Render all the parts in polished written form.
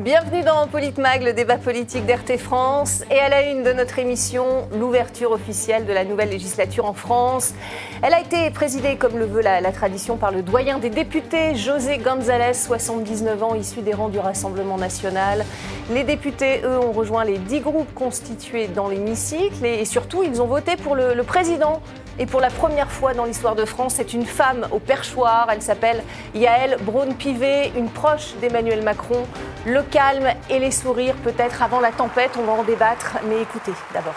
Bienvenue dans Politmag, le débat politique d'RT France. Et à la une de notre émission, l'ouverture officielle de la nouvelle législature en France. Elle a été présidée, comme le veut la tradition, par le doyen des députés, José González, 79 ans, issu des rangs du Rassemblement national. Les députés, eux, ont rejoint les 10 groupes constitués dans l'hémicycle. Et surtout, ils ont voté pour le président. Et pour la première fois dans l'histoire de France, c'est une femme au perchoir. Elle s'appelle Yaël Braun-Pivet, une proche d'Emmanuel Macron. Le calme et les sourires, peut-être avant la tempête, on va en débattre. Mais écoutez d'abord.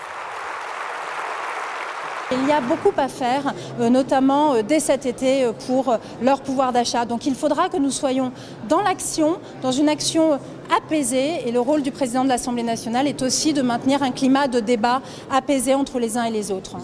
Il y a beaucoup à faire, notamment dès cet été, pour leur pouvoir d'achat. Donc il faudra que nous soyons dans l'action, dans une action apaisée. Et le rôle du président de l'Assemblée nationale est aussi de maintenir un climat de débat apaisé entre les uns et les autres.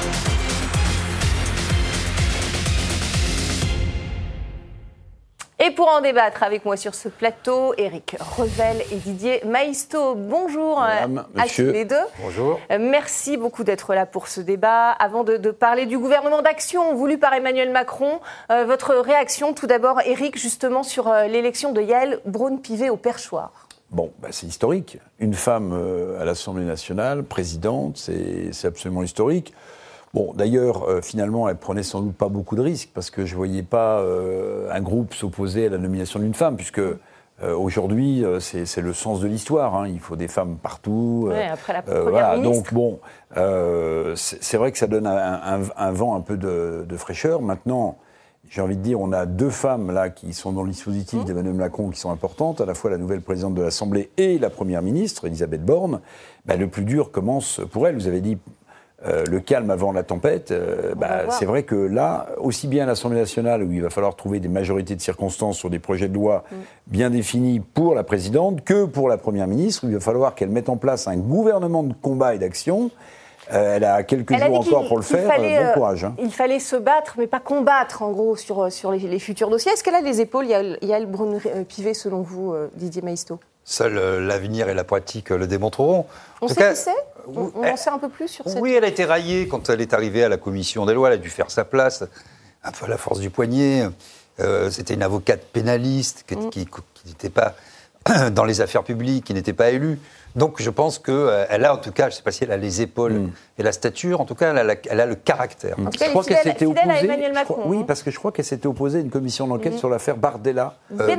Et pour en débattre avec moi sur ce plateau, Éric Revel et Didier Maistot. Bonjour Madame, à tous les deux. Bonjour. Merci beaucoup d'être là pour ce débat. Avant de parler du gouvernement d'action voulu par Emmanuel Macron, votre réaction tout d'abord, Éric, justement sur l'élection de Yaël Braun-Pivet au perchoir. Bon, c'est historique. Une femme à l'Assemblée nationale, présidente, c'est absolument historique. Bon, d'ailleurs, finalement, elle prenait sans doute pas beaucoup de risques parce que je voyais pas un groupe s'opposer à la nomination d'une femme, puisque aujourd'hui, c'est le sens de l'histoire. Hein. Il faut des femmes partout. Ouais, après la première ministre. Donc bon, c'est vrai que ça donne un vent un peu de fraîcheur. Maintenant, j'ai envie de dire, on a 2 femmes là qui sont dans le dispositif d'Emmanuel Macron qui sont importantes, à la fois la nouvelle présidente de l'Assemblée et la première ministre, Elisabeth Borne. Le plus dur commence pour elle. Vous avez dit le calme avant la tempête. C'est vrai que là, aussi bien à l'Assemblée nationale, où il va falloir trouver des majorités de circonstances sur des projets de loi bien définis pour la présidente, que pour la première ministre, où il va falloir qu'elle mette en place un gouvernement de combat et d'action. Elle a quelques jours encore pour le faire. Bon courage. Hein. Il fallait se battre, mais pas combattre, en gros, sur les futurs dossiers. Est-ce qu'elle a les épaules, Yaël Braun-Pivet, selon vous, Didier Maistot ? Seul l'avenir et la pratique le démontreront. On sait qui c'est ? On en sait un peu plus sur cette... Oui, elle a été raillée quand elle est arrivée à la commission des lois. Elle a dû faire sa place, un peu à la force du poignet. C'était une avocate pénaliste qui n'était pas dans les affaires publiques, qui n'était pas élue. Donc je pense qu'elle a, en tout cas, je ne sais pas si elle a les épaules et la stature, en tout cas, elle a le caractère. En tout cas, elle est fidèle à Emmanuel Macron. Oui, parce que je crois qu'elle s'était opposée à une commission d'enquête sur l'affaire Bardella.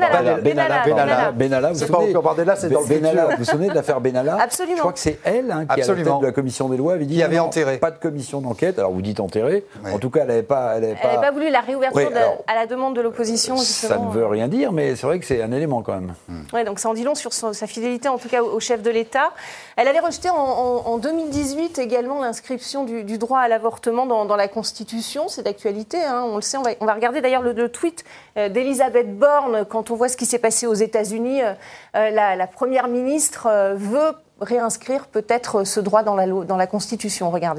Benalla. C'est pas encore Bardella, c'est dans le Benalla. Vous vous souvenez de l'affaire Benalla ? Absolument. Je crois que c'est elle qui, à la tête de la commission des lois, avait dit enterré. Pas de commission d'enquête. Alors vous dites enterré. Ouais. En tout cas, elle n'avait pas voulu la réouverture à la demande de l'opposition. Ça ne veut rien dire, mais c'est vrai que c'est un élément quand même. Ouais, donc ça en dit long sur sa fidélité, en tout cas au chef de l'État. Elle avait rejeté en 2018 également l'inscription du droit à l'avortement dans la Constitution. C'est d'actualité, hein, on le sait. On va regarder d'ailleurs le tweet d'Elisabeth Borne. Quand on voit ce qui s'est passé aux États-Unis, la Première ministre veut réinscrire peut-être ce droit dans la Constitution. Regardez.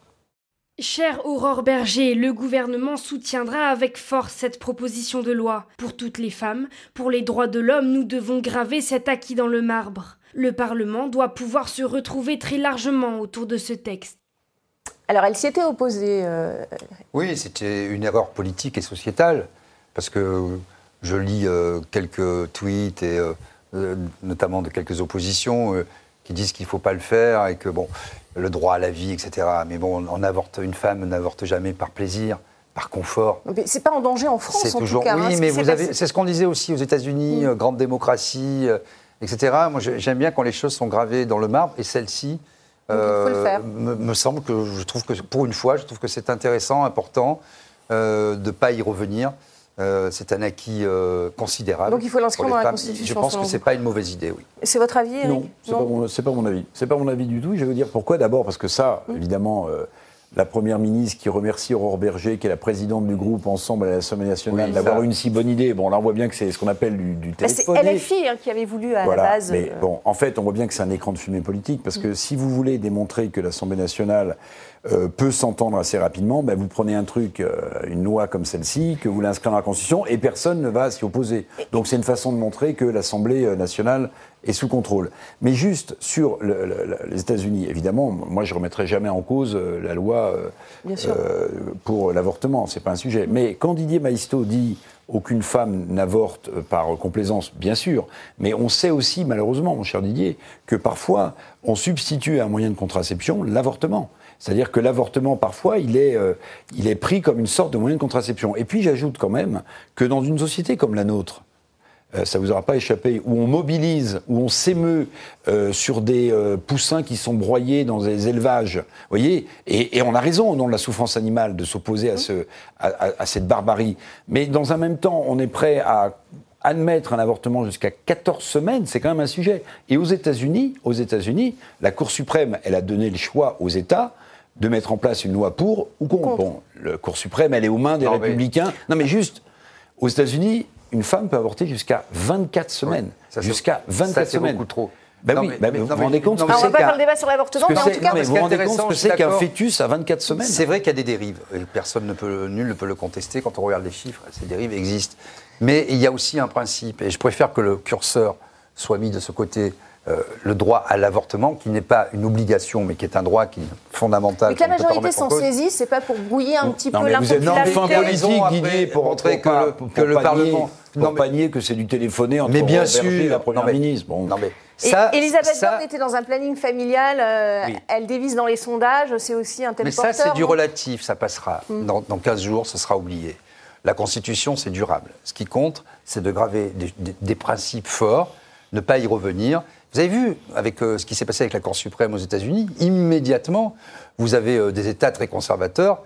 Chère Aurore Berger, le gouvernement soutiendra avec force cette proposition de loi. Pour toutes les femmes, pour les droits de l'homme, nous devons graver cet acquis dans le marbre. Le Parlement doit pouvoir se retrouver très largement autour de ce texte. Alors, elle s'y était opposée. Oui, c'était une erreur politique et sociétale, parce que je lis quelques tweets, et notamment de quelques oppositions, qui disent qu'il ne faut pas le faire, et que, le droit à la vie, etc. Mais une femme n'avorte jamais par plaisir, par confort. Mais c'est pas en danger en France, en tout cas. Oui, mais c'est ce qu'on disait aussi aux États-Unis, grande démocratie, etc. Moi, j'aime bien quand les choses sont gravées dans le marbre, et celle-ci, me semble que je trouve que, pour une fois, c'est intéressant, important de ne pas y revenir. C'est un acquis considérable. Donc il faut l'inscrire dans la Constitution. Je pense que ce n'est pas une mauvaise idée, oui. C'est votre avis, Éric ? Non, c'est pas mon avis. C'est pas mon avis du tout. Je vais vous dire pourquoi. D'abord parce que ça, évidemment, la Première ministre qui remercie Aurore Berger, qui est la présidente du groupe Ensemble à l'Assemblée nationale, d'avoir une si bonne idée. Bon, là, on voit bien que c'est ce qu'on appelle du téléphoné. C'est LFI qui avait voulu à la base. Mais en fait, on voit bien que c'est un écran de fumée politique, parce que si vous voulez démontrer que l'Assemblée nationale peut s'entendre assez rapidement, vous prenez un truc, une loi comme celle-ci, que vous l'inscrivez dans la Constitution, et personne ne va s'y opposer. Donc c'est une façon de montrer que l'Assemblée nationale est sous contrôle. Mais juste sur les États-Unis, évidemment, moi je ne remettrai jamais en cause la loi pour l'avortement, c'est pas un sujet. Mais quand Didier Maistot dit aucune femme n'avorte par complaisance, bien sûr. Mais on sait aussi, malheureusement, mon cher Didier, que parfois, on substitue à un moyen de contraception l'avortement. C'est-à-dire que l'avortement, parfois, il est pris comme une sorte de moyen de contraception. Et puis, j'ajoute quand même que dans une société comme la nôtre, ça vous aura pas échappé, où on mobilise, où on s'émeut sur des poussins qui sont broyés dans des élevages, voyez, et on a raison au nom de la souffrance animale de s'opposer à cette barbarie. Mais dans un même temps, on est prêt à admettre un avortement jusqu'à 14 semaines, c'est quand même un sujet. Et aux États-Unis, la Cour suprême, elle a donné le choix aux États de mettre en place une loi pour ou contre. Bon, la Cour suprême, elle est aux mains des républicains. Non, mais juste, aux États-Unis, une femme peut avorter jusqu'à 24 semaines. Ouais, jusqu'à 24 ça, semaines. C'est beaucoup trop. Vous vous rendez compte ce que on c'est va pas faire le débat sur l'avortement, mais en tout cas... vous vous rendez compte ce que c'est qu'un fœtus à 24 semaines? C'est vrai qu'il y a des dérives. Nul ne peut le contester. Quand on regarde les chiffres, ces dérives existent. Mais il y a aussi un principe, et je préfère que le curseur soit mis de ce côté, le droit à l'avortement, qui n'est pas une obligation, mais qui est un droit qui est fondamental. Mais que la majorité s'en saisisse, c'est pas pour brouiller un petit peu l'impopularité. Vous êtes enfin politique, Didier, pour montrer que le Parlement... Pour panier que c'est du téléphoné entre Berger et la Première ministre. Bon. Elisabeth Borne était dans un planning familial, elle dévisse dans les sondages, c'est aussi un thème porteur. Mais ça, c'est du relatif, ça passera. Dans 15 jours, ce sera oublié. La Constitution, c'est durable. Ce qui compte, c'est de graver des principes forts, ne pas y revenir. Vous avez vu, avec ce qui s'est passé avec la Cour suprême aux États-Unis, immédiatement, vous avez des États très conservateurs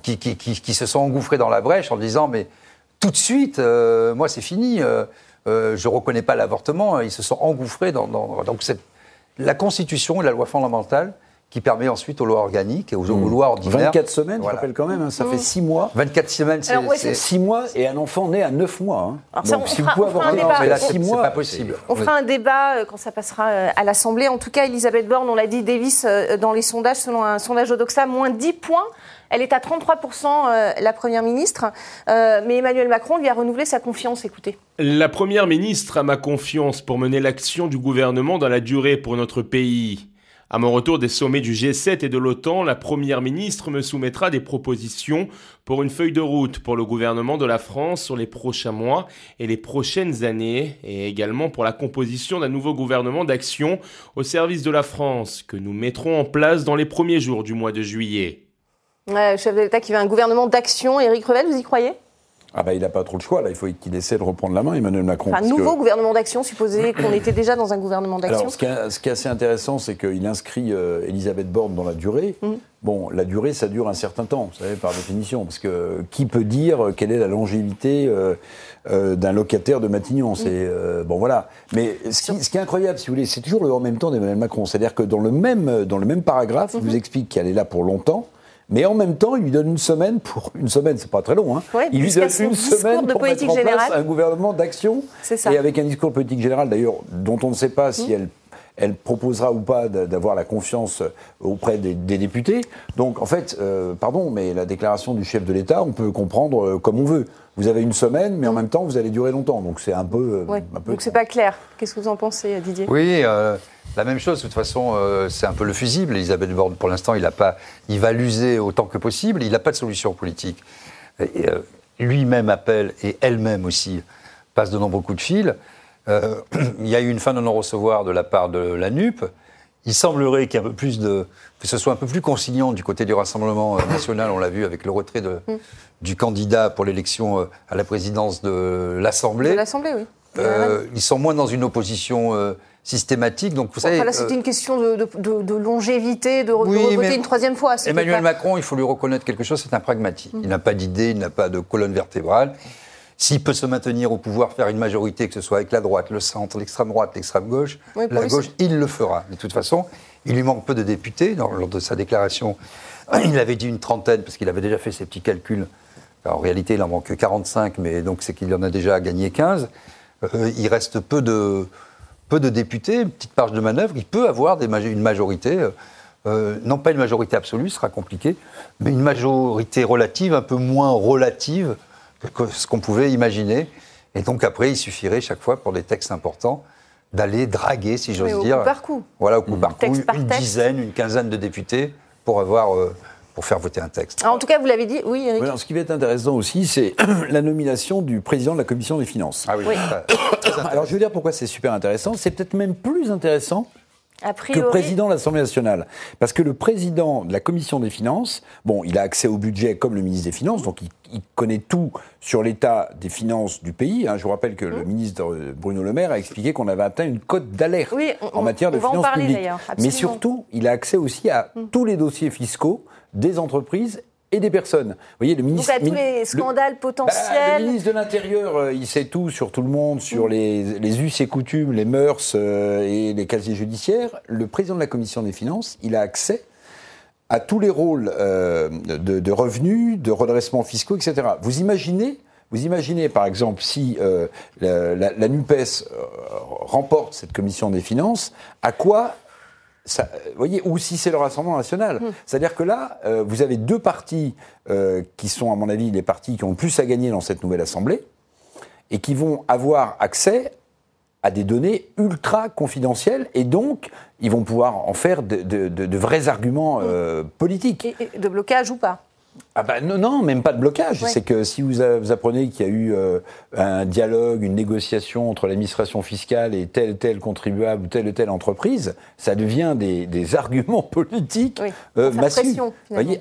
qui se sont engouffrés dans la brèche en disant « mais tout de suite, moi c'est fini, je ne reconnais pas l'avortement ». Ils se sont engouffrés donc la Constitution et la loi fondamentale qui permet ensuite aux lois organiques et aux lois ordinaires. 24 semaines, je rappelle quand même, ça fait 6 mois. 24 semaines, c'est 6 mois et un enfant né à 9 mois. Alors donc, si vous pouvez avoir un débat, mais là, 6 mois, c'est pas possible. On fera un débat quand ça passera à l'Assemblée. En tout cas, Elisabeth Borne, on l'a dit, dévisse dans les sondages, selon un sondage Odoxa, moins 10 points. Elle est à 33%, la Première ministre. Mais Emmanuel Macron lui a renouvelé sa confiance, écoutez. La Première ministre a ma confiance pour mener l'action du gouvernement dans la durée pour notre pays. À mon retour des sommets du G7 et de l'OTAN, la Première ministre me soumettra des propositions pour une feuille de route pour le gouvernement de la France sur les prochains mois et les prochaines années, et également pour la composition d'un nouveau gouvernement d'action au service de la France que nous mettrons en place dans les premiers jours du mois de juillet. Chef de l'État qui veut un gouvernement d'action, Éric Revel, vous y croyez ? Il n'a pas trop le choix, là. Il faut qu'il essaie de reprendre la main, Emmanuel Macron. Un nouveau gouvernement d'action, supposé qu'on était déjà dans un gouvernement d'action. Alors, ce qui est assez intéressant, c'est qu'il inscrit Elisabeth Borne dans la durée. Bon, la durée, ça dure un certain temps, vous savez, par définition. Parce que qui peut dire quelle est la longévité d'un locataire de Matignon bon, voilà. Mais ce qui est incroyable, si vous voulez, c'est toujours le en même temps d'Emmanuel Macron. C'est-à-dire que dans le même paragraphe, il vous explique qu'elle est là pour longtemps. Mais en même temps, il lui donne une semaine, c'est pas très long, il lui donne une semaine pour mettre en place un gouvernement d'action. Et avec un discours de politique générale, d'ailleurs, dont on ne sait pas si elle proposera ou pas d'avoir la confiance auprès des députés. Donc, en fait, mais la déclaration du chef de l'État, on peut comprendre comme on veut. Vous avez une semaine, mais en même temps, vous allez durer longtemps. Donc, c'est un peu... Donc, c'est pas clair. Qu'est-ce que vous en pensez, Didier ? Oui, la même chose. De toute façon, c'est un peu le fusible. Elisabeth Borne, pour l'instant, il va l'user autant que possible. Il n'a pas de solution politique. Lui-même appelle, et elle-même aussi, passe de nombreux coups de fil. Il y a eu une fin de non-recevoir de la part de la NUP. Il semblerait qu'il y ait un peu plus que ce soit un peu plus conciliant du côté du Rassemblement national. On l'a vu avec le retrait du candidat pour l'élection à la présidence de l'Assemblée. De l'Assemblée, oui. Ils sont moins dans une opposition systématique. Donc, vous savez, là, c'était une question de longévité, de revoter une troisième fois. Emmanuel Macron, il faut lui reconnaître quelque chose, c'est un pragmatique. Il n'a pas d'idée, il n'a pas de colonne vertébrale. S'il peut se maintenir au pouvoir, faire une majorité, que ce soit avec la droite, le centre, l'extrême droite, l'extrême gauche, la gauche, il le fera. De toute façon, il lui manque peu de députés. Lors de sa déclaration, il avait dit une trentaine, parce qu'il avait déjà fait ses petits calculs. Alors, en réalité, il en manque 45, mais donc c'est qu'il en a déjà gagné 15. Il reste peu de députés, une petite marge de manœuvre. Il peut avoir une majorité, non pas une majorité absolue, ce sera compliqué, mais une majorité relative, un peu moins relative que ce qu'on pouvait imaginer. Et donc après, il suffirait chaque fois pour des textes importants d'aller draguer, si j'ose dire. Au coup par coup. Voilà, au coup par coup, une dizaine, une quinzaine de députés pour avoir pour faire voter un texte. Alors, en tout cas, vous l'avez dit, oui, Éric. Ce qui va être intéressant aussi, c'est la nomination du président de la Commission des finances. Ah oui, Oui. Alors, je veux dire pourquoi c'est super intéressant. C'est peut-être même plus intéressant A que priori, le président de l'Assemblée nationale. Parce que le président de la Commission des finances, bon, il a accès au budget comme le ministre des Finances, donc il connaît tout sur l'état des finances du pays. Je vous rappelle que le ministre Bruno Le Maire a expliqué qu'on avait atteint une cote d'alerte en matière de finances publiques. Mais surtout, il a accès aussi à tous les dossiers fiscaux des entreprises et des personnes. Vous voyez, le ministre... Donc à tous les scandales potentiels... le ministre de l'Intérieur, il sait tout sur tout le monde, sur les us et coutumes, les mœurs et les casiers judiciaires. Le président de la Commission des finances, il a accès à tous les rôles de revenus, de redressement fiscaux, etc. Vous imaginez, par exemple, si la NUPES remporte cette Commission des finances, à quoi... Ça, vous voyez, ou si c'est le Rassemblement national. C'est-à-dire que là, vous avez deux partis qui sont, à mon avis, les partis qui ont le plus à gagner dans cette nouvelle Assemblée et qui vont avoir accès à des données ultra confidentielles et donc ils vont pouvoir en faire de vrais arguments politiques. Et de blocage ou pas? Ah ben non, même pas de blocage. Ouais. C'est que si vous apprenez qu'il y a eu un dialogue, une négociation entre l'administration fiscale et tel contribuable ou telle entreprise, ça devient des arguments politiques massifs. Vous voyez,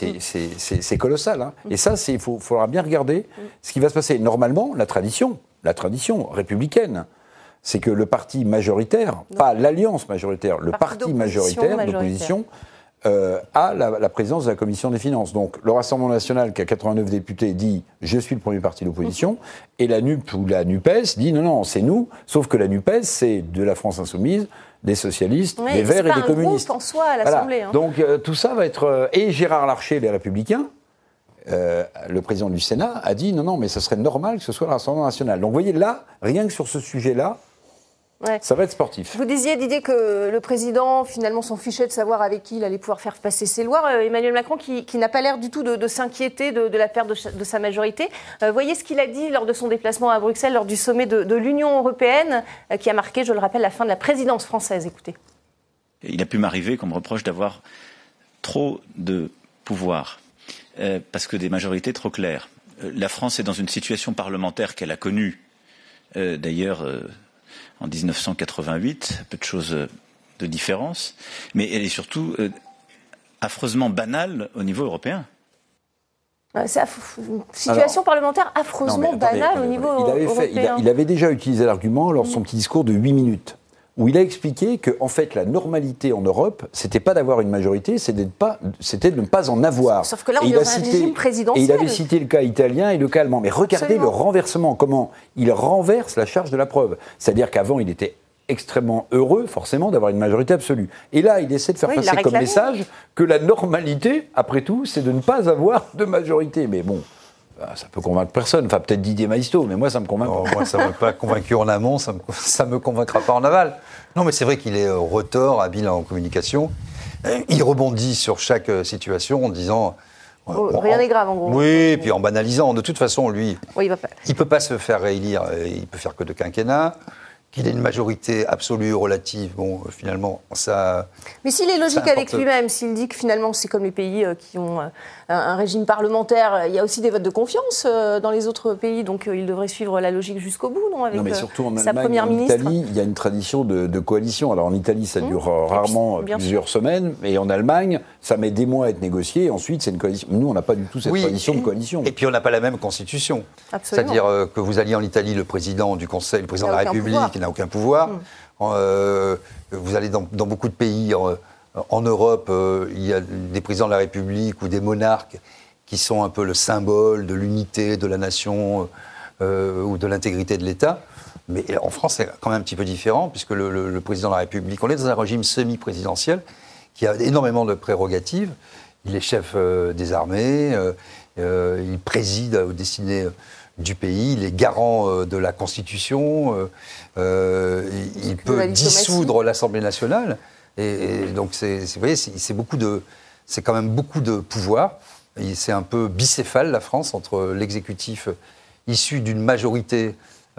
c'est colossal. Et ça, il faudra bien regarder ce qui va se passer. Normalement, la tradition républicaine, c'est que le parti majoritaire, pas l'alliance majoritaire, le parti majoritaire d'opposition, à la présidence de la Commission des finances. Donc le Rassemblement national, qui a 89 députés, dit « je suis le premier parti d'opposition », et la NUP ou la NUPES dit « non, c'est nous », sauf que la NUPES, c'est de la France insoumise, des socialistes, des Verts et des communistes. C'est pas un groupe en soi à l'Assemblée. Voilà. Donc tout ça va être... Et Gérard Larcher, les Républicains, le président du Sénat, a dit « non, mais ça serait normal que ce soit le Rassemblement national ». Donc vous voyez, là, rien que sur ce sujet-là, ça va être sportif. Vous disiez, Didier, que le président, finalement, s'en fichait de savoir avec qui il allait pouvoir faire passer ses lois. Emmanuel Macron, qui n'a pas l'air du tout de s'inquiéter de la perte de sa majorité. Voyez ce qu'il a dit lors de son déplacement à Bruxelles, lors du sommet de l'Union européenne, qui a marqué, je le rappelle, la fin de la présidence française. Écoutez. Il a pu m'arriver qu'on me reproche d'avoir trop de pouvoir, parce que des majorités trop claires. La France est dans une situation parlementaire qu'elle a connue, d'ailleurs... en 1988, peu de choses de différence, mais elle est surtout affreusement banale au niveau européen. C'est une situation parlementaire affreusement banale au niveau européen. Il avait déjà utilisé l'argument lors de son petit discours de 8 minutes, où il a expliqué que, en fait, la normalité en Europe, c'était pas d'avoir une majorité, c'était de ne pas en avoir. Sauf que là, on est dans un régime présidentiel. Et il avait cité le cas italien et le cas allemand. Mais regardez le renversement, comment il renverse la charge de la preuve. C'est-à-dire qu'avant, il était extrêmement heureux, forcément, d'avoir une majorité absolue. Et là, il essaie de faire passer comme message que la normalité, après tout, c'est de ne pas avoir de majorité. Mais bon... ça peut convaincre personne, enfin peut-être Didier Maistre, mais moi ça me convainc pas. Moi ça ne m'a pas convaincu en amont, ça ne me convaincra pas en aval. Non mais c'est vrai qu'il est retors, habile en communication. Il rebondit sur chaque situation en disant... rien n'est grave en gros. Oui, et puis en banalisant. De toute façon, lui, il ne peut pas se faire réélire, il peut faire que de quinquennat. Qu'il ait une majorité absolue, relative, bon, finalement, ça... Mais s'il est logique avec lui-même, s'il dit que finalement c'est comme les pays qui ont un régime parlementaire, il y a aussi des votes de confiance dans les autres pays, donc il devrait suivre la logique jusqu'au bout, non, avec mais surtout en sa Allemagne, première ministre. En Italie, il y a une tradition de coalition. Alors en Italie, ça dure rarement plusieurs semaines, et en Allemagne, ça met des mois à être négocié, et ensuite c'est une coalition. Nous, on n'a pas du tout cette tradition de coalition. Et puis on n'a pas la même constitution. Absolument. C'est-à-dire que vous alliez en Italie, le président du Conseil, le président de la République, il n'a aucun pouvoir. Vous allez dans beaucoup de pays en Europe, il y a des présidents de la République ou des monarques qui sont un peu le symbole de l'unité de la nation ou de l'intégrité de l'État. Mais en France, c'est quand même un petit peu différent, puisque le président de la République, on est dans un régime semi-présidentiel qui a énormément de prérogatives. Il est chef des armées, il préside aux destinées du pays, il est garant de la Constitution, il peut dissoudre l'Assemblée nationale. Et donc, vous voyez, c'est quand même beaucoup de pouvoir. C'est un peu bicéphale, la France, entre l'exécutif issu d'une majorité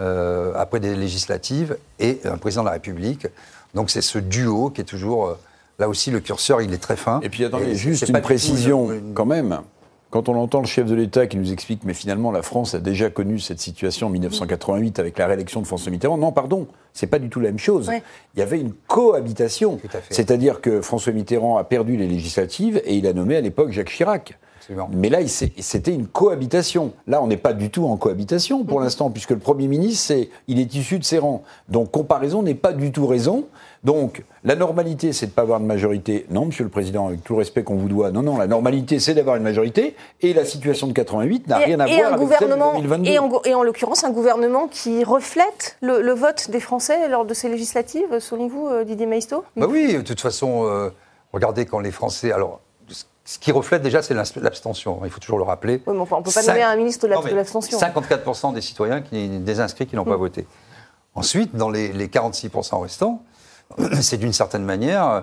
après des législatives et un président de la République. Donc, c'est ce duo qui est toujours là aussi, le curseur, il est très fin. Et puis, attendez, juste une précision, quand même. Quand on entend le chef de l'État qui nous explique, mais finalement, la France a déjà connu cette situation en 1988 avec la réélection de François Mitterrand. Non, pardon, c'est pas du tout la même chose. Ouais. Il y avait une cohabitation. Tout à fait. C'est-à-dire que François Mitterrand a perdu les législatives et il a nommé à l'époque Jacques Chirac. Absolument. Mais là, c'était une cohabitation. Là, on n'est pas du tout en cohabitation pour l'instant, puisque le Premier ministre, il est issu de ses rangs. Donc, comparaison n'est pas du tout raison. Donc, la normalité, c'est de ne pas avoir de majorité. Non, Monsieur le Président, avec tout le respect qu'on vous doit, non, la normalité, c'est d'avoir une majorité. Et la situation de 88 n'a rien à voir avec celle de 2022. Et en l'occurrence, un gouvernement qui reflète le vote des Français lors de ces législatives, selon vous, Didier Maisto ? Bah oui, de toute façon, regardez quand les Français... Alors, ce qui reflète déjà, c'est l'abstention. Il faut toujours le rappeler. Oui, mais enfin, on ne peut pas nommer un ministre de l'abstention. 54% des citoyens, des inscrits qui n'ont pas voté. Ensuite, dans les 46% restants, c'est d'une certaine manière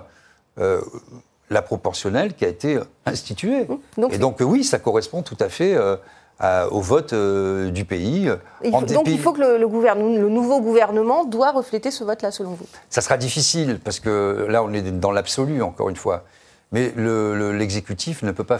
la proportionnelle qui a été instituée. Donc oui, ça correspond tout à fait au vote du pays. Donc il faut que le nouveau gouvernement doit refléter ce vote-là, selon vous. Ça sera difficile, parce que là, on est dans l'absolu, encore une fois. Mais l'exécutif ne peut pas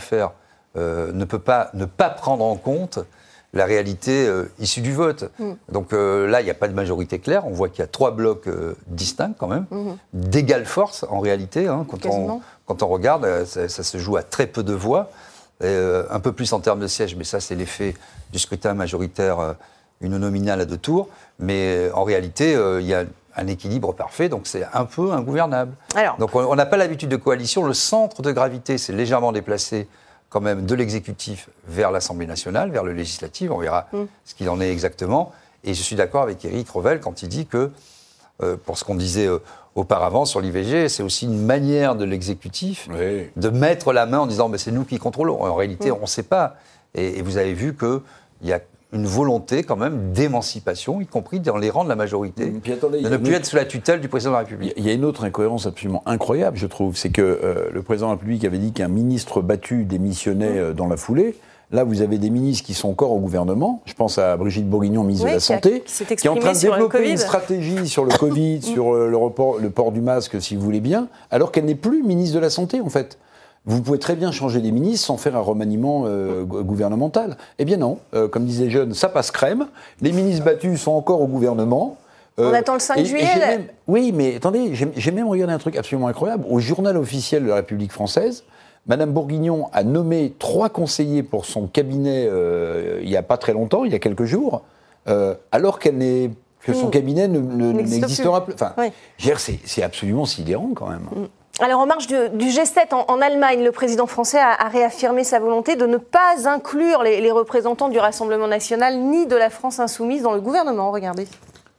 ne pas prendre en compte la réalité issue du vote. Donc là, il n'y a pas de majorité claire. On voit qu'il y a 3 blocs distincts quand même, d'égale force en réalité. Hein, quand on regarde, ça se joue à très peu de voix, un peu plus en termes de sièges, mais ça c'est l'effet du scrutin majoritaire uninominal à 2 tours. Mais en réalité, il y a un équilibre parfait, donc c'est un peu ingouvernable. Donc on n'a pas l'habitude de coalition. Le centre de gravité s'est légèrement déplacé quand même de l'exécutif vers l'Assemblée nationale, vers le législatif. On verra ce qu'il en est exactement. Et je suis d'accord avec Éric Revel quand il dit que, pour ce qu'on disait auparavant sur l'IVG, c'est aussi une manière de l'exécutif de mettre la main en disant c'est nous qui contrôlons. En réalité, on ne sait pas. Et vous avez vu qu'il y a une volonté quand même d'émancipation, y compris dans les rangs de la majorité, de ne plus être sous la tutelle du président de la République. Il y a une autre incohérence absolument incroyable, je trouve, c'est que le président de la République avait dit qu'un ministre battu démissionnait dans la foulée. Là, vous avez des ministres qui sont encore au gouvernement. Je pense à Brigitte Bourguignon, ministre de la Santé, qui est en train de développer une stratégie sur le Covid, sur le port du masque, si vous voulez bien, alors qu'elle n'est plus ministre de la Santé, en fait. Vous pouvez très bien changer des ministres sans faire un remaniement gouvernemental. Eh bien non, comme disaient les jeunes, ça passe crème. Les ministres battus sont encore au gouvernement. On attend le 5 juillet. Oui, mais attendez, j'ai même regardé un truc absolument incroyable. Au journal officiel de la République française, Madame Bourguignon a nommé 3 conseillers pour son cabinet il n'y a pas très longtemps, il y a quelques jours, alors que son cabinet n'existera plus. Enfin, c'est absolument sidérant quand même. Alors, en marge du G7 en Allemagne, le président français a réaffirmé sa volonté de ne pas inclure les représentants du Rassemblement national ni de la France insoumise dans le gouvernement. Regardez.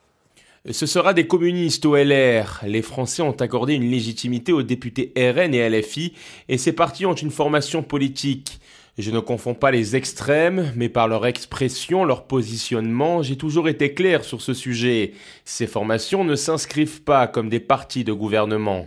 Ce sera des communistes au LR. Les Français ont accordé une légitimité aux députés RN et LFI, et ces partis ont une formation politique. Je ne confonds pas les extrêmes, mais par leur expression, leur positionnement, j'ai toujours été clair sur ce sujet. Ces formations ne s'inscrivent pas comme des partis de gouvernement.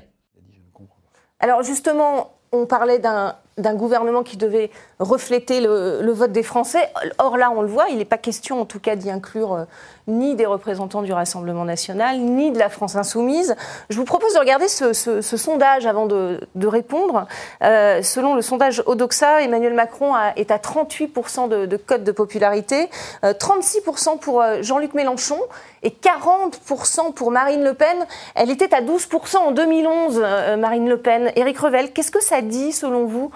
Alors justement, on parlait d'un gouvernement qui devait refléter le vote des Français. Or là, on le voit, il n'est pas question en tout cas d'y inclure ni des représentants du Rassemblement national, ni de la France insoumise. Je vous propose de regarder ce sondage avant de répondre. Selon le sondage Odoxa, Emmanuel Macron est à 38% de cote de popularité, 36% pour Jean-Luc Mélenchon et 40% pour Marine Le Pen. Elle était à 12% en 2011, Marine Le Pen. Éric Revel, qu'est-ce que ça dit, selon vous,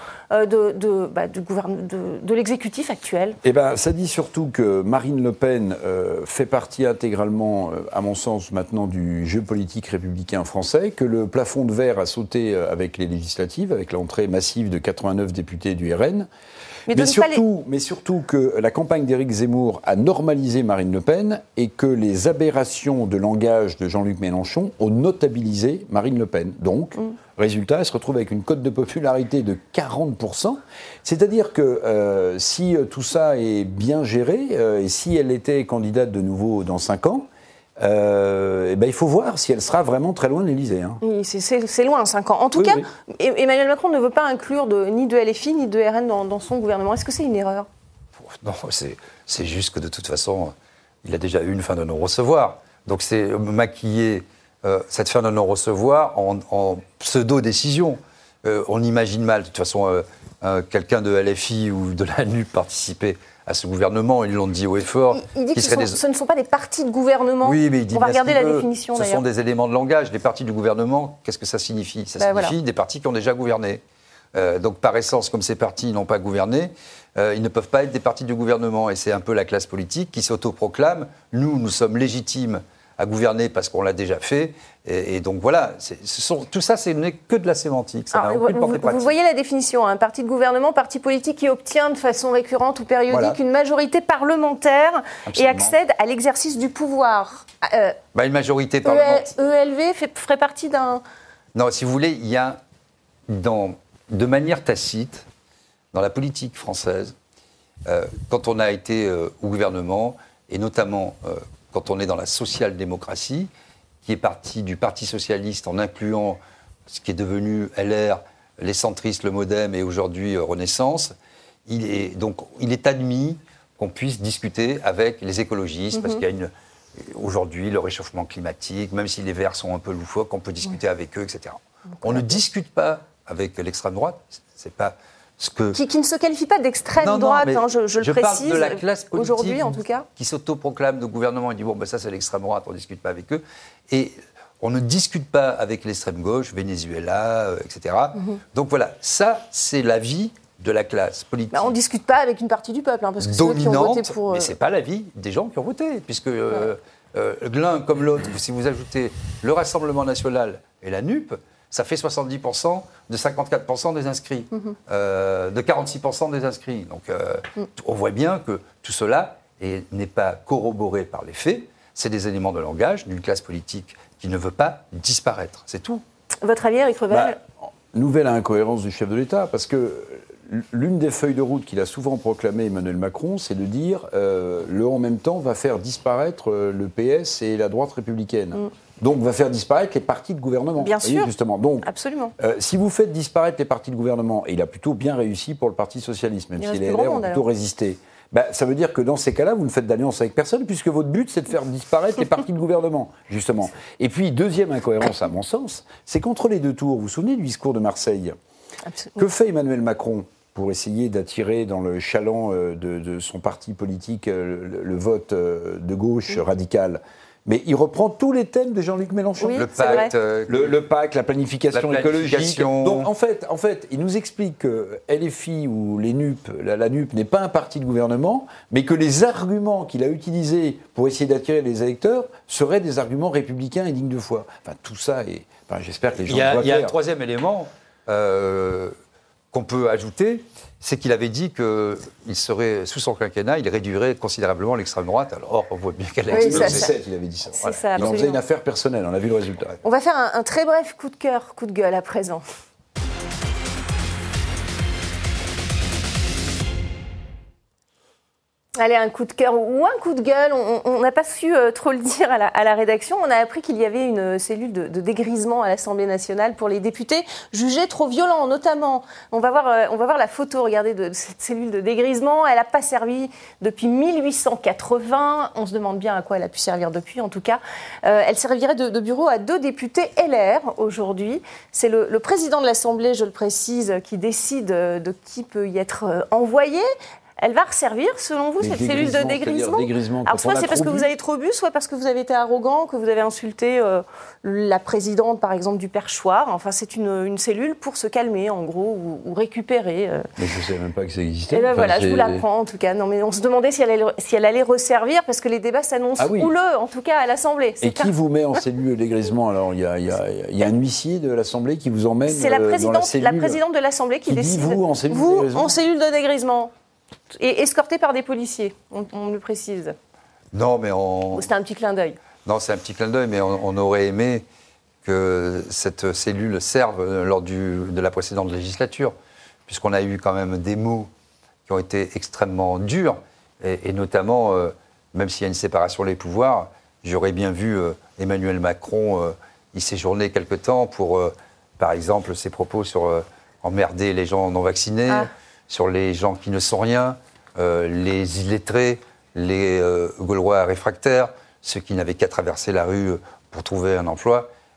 de l'exécutif actuel? Eh ben, ça dit surtout que Marine Le Pen fait partie intégralement, à mon sens, maintenant du jeu politique républicain français, que le plafond de verre a sauté avec les législatives, avec l'entrée massive de 89 députés du RN. Mais surtout que la campagne d'Éric Zemmour a normalisé Marine Le Pen et que les aberrations de langage de Jean-Luc Mélenchon ont notabilisé Marine Le Pen. Donc, résultat, elle se retrouve avec une cote de popularité de 40%. C'est-à-dire que si tout ça est bien géré, et si elle était candidate de nouveau dans 5 ans, il faut voir si elle sera vraiment très loin de l'Élysée. Hein. Oui, c'est loin, 5 ans. En tout cas, Emmanuel Macron ne veut pas inclure ni de LFI ni de RN dans son gouvernement. Est-ce que c'est une erreur? Non, c'est juste que de toute façon, il a déjà eu une fin de non-recevoir. Donc c'est maquiller cette fin de non-recevoir en pseudo-décision. On imagine mal, de toute façon, quelqu'un de LFI ou de la NUP participer à ce gouvernement, ils l'ont dit haut et fort. Il dit que ce ne sont pas des partis de gouvernement. Oui, mais il dit on va regarder la définition, d'ailleurs. Ce sont des éléments de langage. Les partis du gouvernement, qu'est-ce que ça signifie ? Ça signifie des partis qui ont déjà gouverné. Donc, par essence, comme ces partis n'ont pas gouverné, ils ne peuvent pas être des partis du gouvernement. Et c'est un peu la classe politique qui s'autoproclame. Nous sommes légitimes à gouverner parce qu'on l'a déjà fait. Et donc voilà, tout ça, ce n'est que de la sémantique. Ça n'a aucune portée pratique. Vous voyez la définition, un parti de gouvernement, parti politique qui obtient de façon récurrente ou périodique une majorité parlementaire et accède à l'exercice du pouvoir. Une majorité parlementaire. ELV ferait partie d'un... Non, si vous voulez, il y a, de manière tacite, dans la politique française, quand on a été au gouvernement, et notamment quand on est dans la social-démocratie, qui est parti du Parti socialiste en incluant ce qui est devenu LR, les centristes, le MoDem et aujourd'hui Renaissance, il est admis qu'on puisse discuter avec les écologistes, parce qu'il y a aujourd'hui le réchauffement climatique, même si les Verts sont un peu loufoques, on peut discuter avec eux, etc. On ne discute pas avec l'extrême droite, c'est pas... Qui ne se qualifie pas d'extrême droite, je le précise, parle de la classe politique aujourd'hui en tout cas. Qui s'autoproclame de gouvernement et dit ça c'est l'extrême droite, on ne discute pas avec eux. Et on ne discute pas avec l'extrême gauche, Venezuela, etc. Donc voilà, ça c'est l'avis de la classe politique. On ne discute pas avec une partie du peuple, parce que c'est eux qui ont voté pour... Mais ce n'est pas l'avis des gens qui ont voté, puisque l'un comme l'autre, si vous ajoutez le Rassemblement national et la NUP, ça fait 70% de 54% des inscrits, de 46% des inscrits. Donc on voit bien que tout cela n'est pas corroboré par les faits. C'est des éléments de langage d'une classe politique qui ne veut pas disparaître. C'est tout. Votre avis, Éric Revel ? Nouvelle incohérence du chef de l'État, parce que l'une des feuilles de route qu'il a souvent proclamé Emmanuel Macron, c'est de dire le en même temps va faire disparaître le PS et la droite républicaine. Donc, va faire disparaître les partis de gouvernement. Bien sûr, justement. Donc, absolument. Si vous faites disparaître les partis de gouvernement, et il a plutôt bien réussi pour le Parti socialiste, même si les LR ont plutôt résisté, ça veut dire que dans ces cas-là, vous ne faites d'alliance avec personne, puisque votre but, c'est de faire disparaître les partis de gouvernement, justement. Et puis, deuxième incohérence, à mon sens, c'est qu'entre les deux tours, vous vous souvenez du discours de Marseille ? Absolument. Que fait Emmanuel Macron pour essayer d'attirer dans le chaland de son parti politique le vote de gauche radical ? Mais il reprend tous les thèmes de Jean-Luc Mélenchon. Oui, le pacte, le pacte, la planification écologique. Donc en fait, il nous explique que LFI ou les NUP, la NUP n'est pas un parti de gouvernement, mais que les arguments qu'il a utilisés pour essayer d'attirer les électeurs seraient des arguments républicains et dignes de foi. Enfin, tout ça, j'espère que les gens voient clair. Il y a un troisième élément qu'on peut ajouter, c'est qu'il avait dit qu'il serait, sous son quinquennat, il réduirait considérablement l'extrême droite. Alors, on voit bien qu'elle a explosé. Il avait dit ça. C'est ça, il en faisait une affaire personnelle, on a vu le résultat. On va faire un très bref coup de cœur, coup de gueule à présent. Allez, un coup de cœur ou un coup de gueule, on n'a pas su trop le dire à la rédaction. On a appris qu'il y avait une cellule de dégrisement à l'Assemblée nationale pour les députés jugés trop violents, notamment. On va voir la photo, regardez, de cette cellule de dégrisement. Elle n'a pas servi depuis 1880. On se demande bien à quoi elle a pu servir depuis, en tout cas. Elle servirait de bureau à 2 députés LR aujourd'hui. C'est le président de l'Assemblée, je le précise, qui décide de qui peut y être envoyé. Elle va resservir, selon vous, cette cellule de dégrisement ? Alors, soit c'est parce que vous avez trop bu, soit parce que vous avez été arrogant, que vous avez insulté la présidente, par exemple, du perchoir. Enfin, c'est une cellule pour se calmer, en gros, ou récupérer. Mais je ne savais même pas que ça existait. Et voilà, je vous l'apprends, en tout cas. Non, mais on se demandait si elle allait resservir, parce que les débats s'annoncent houleux, en tout cas, à l'Assemblée. Et qui vous met en cellule de dégrisement ? Alors, il y a un huissier de l'Assemblée qui vous emmène C'est la présidente de l'Assemblée qui décide. Vous, en cellule de dégrisement ? Et escorté par des policiers, on le précise. Non, mais c'était un petit clin d'œil. Non, c'est un petit clin d'œil, mais on aurait aimé que cette cellule serve lors de la précédente législature, puisqu'on a eu quand même des mots qui ont été extrêmement durs, et notamment, même s'il y a une séparation des pouvoirs, j'aurais bien vu Emmanuel Macron y séjourner quelque temps pour, par exemple, ses propos sur emmerder les gens non vaccinés, sur les gens qui ne sont rien, les illettrés, les Gaulois réfractaires, ceux qui n'avaient qu'à traverser la rue pour trouver un emploi.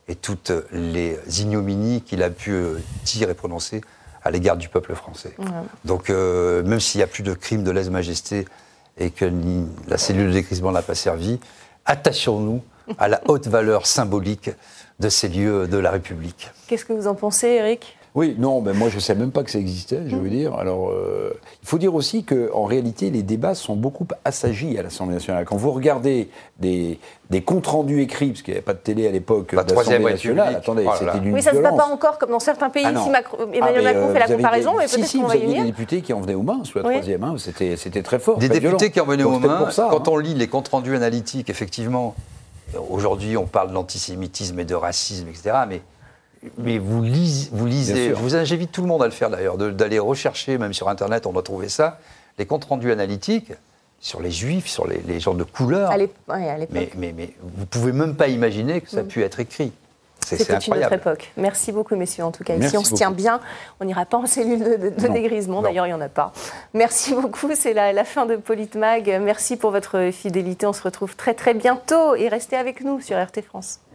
et toutes les ignominies qu'il a pu dire et prononcer à l'égard du peuple français. Ouais. Donc, même s'il n'y a plus de crime de lèse-majesté et que la cellule de décrisement n'a pas servi, attachons-nous à la haute valeur symbolique de ces lieux de la République. Qu'est-ce que vous en pensez, Éric ? Oui, non, ben moi je ne savais même pas que ça existait, je veux dire. Alors, il faut dire aussi qu'en réalité, les débats sont beaucoup assagis à l'Assemblée nationale. Quand vous regardez des comptes rendus écrits, parce qu'il n'y avait pas de télé à l'époque de l'Assemblée nationale, attendez, c'était d'une violence. Oui, ça ne se passe pas encore comme dans certains pays. Si Emmanuel Macron fait la comparaison, mais peut-être qu'on va y venir. Vous aviez des députés qui en venaient aux mains sous la troisième, c'était très fort. Des députés qui en venaient aux mains, ça, quand on lit les comptes rendus analytiques, effectivement, aujourd'hui on parle d'antisémitisme et de racisme, etc., mais vous lisez, j'invite tout le monde à le faire d'ailleurs, d'aller rechercher, même sur Internet, on doit trouver ça, les comptes rendus analytiques sur les juifs, sur les gens de couleur. À l'époque. Mais vous ne pouvez même pas imaginer que ça a pu être écrit. C'était une autre époque. Merci beaucoup, messieurs, en tout cas. Ici, on se tient bien. On n'ira pas en cellule de dégrisement. D'ailleurs, il n'y en a pas. Merci beaucoup. C'est la fin de Politmag. Merci pour votre fidélité. On se retrouve très, très bientôt. Et restez avec nous sur RT France.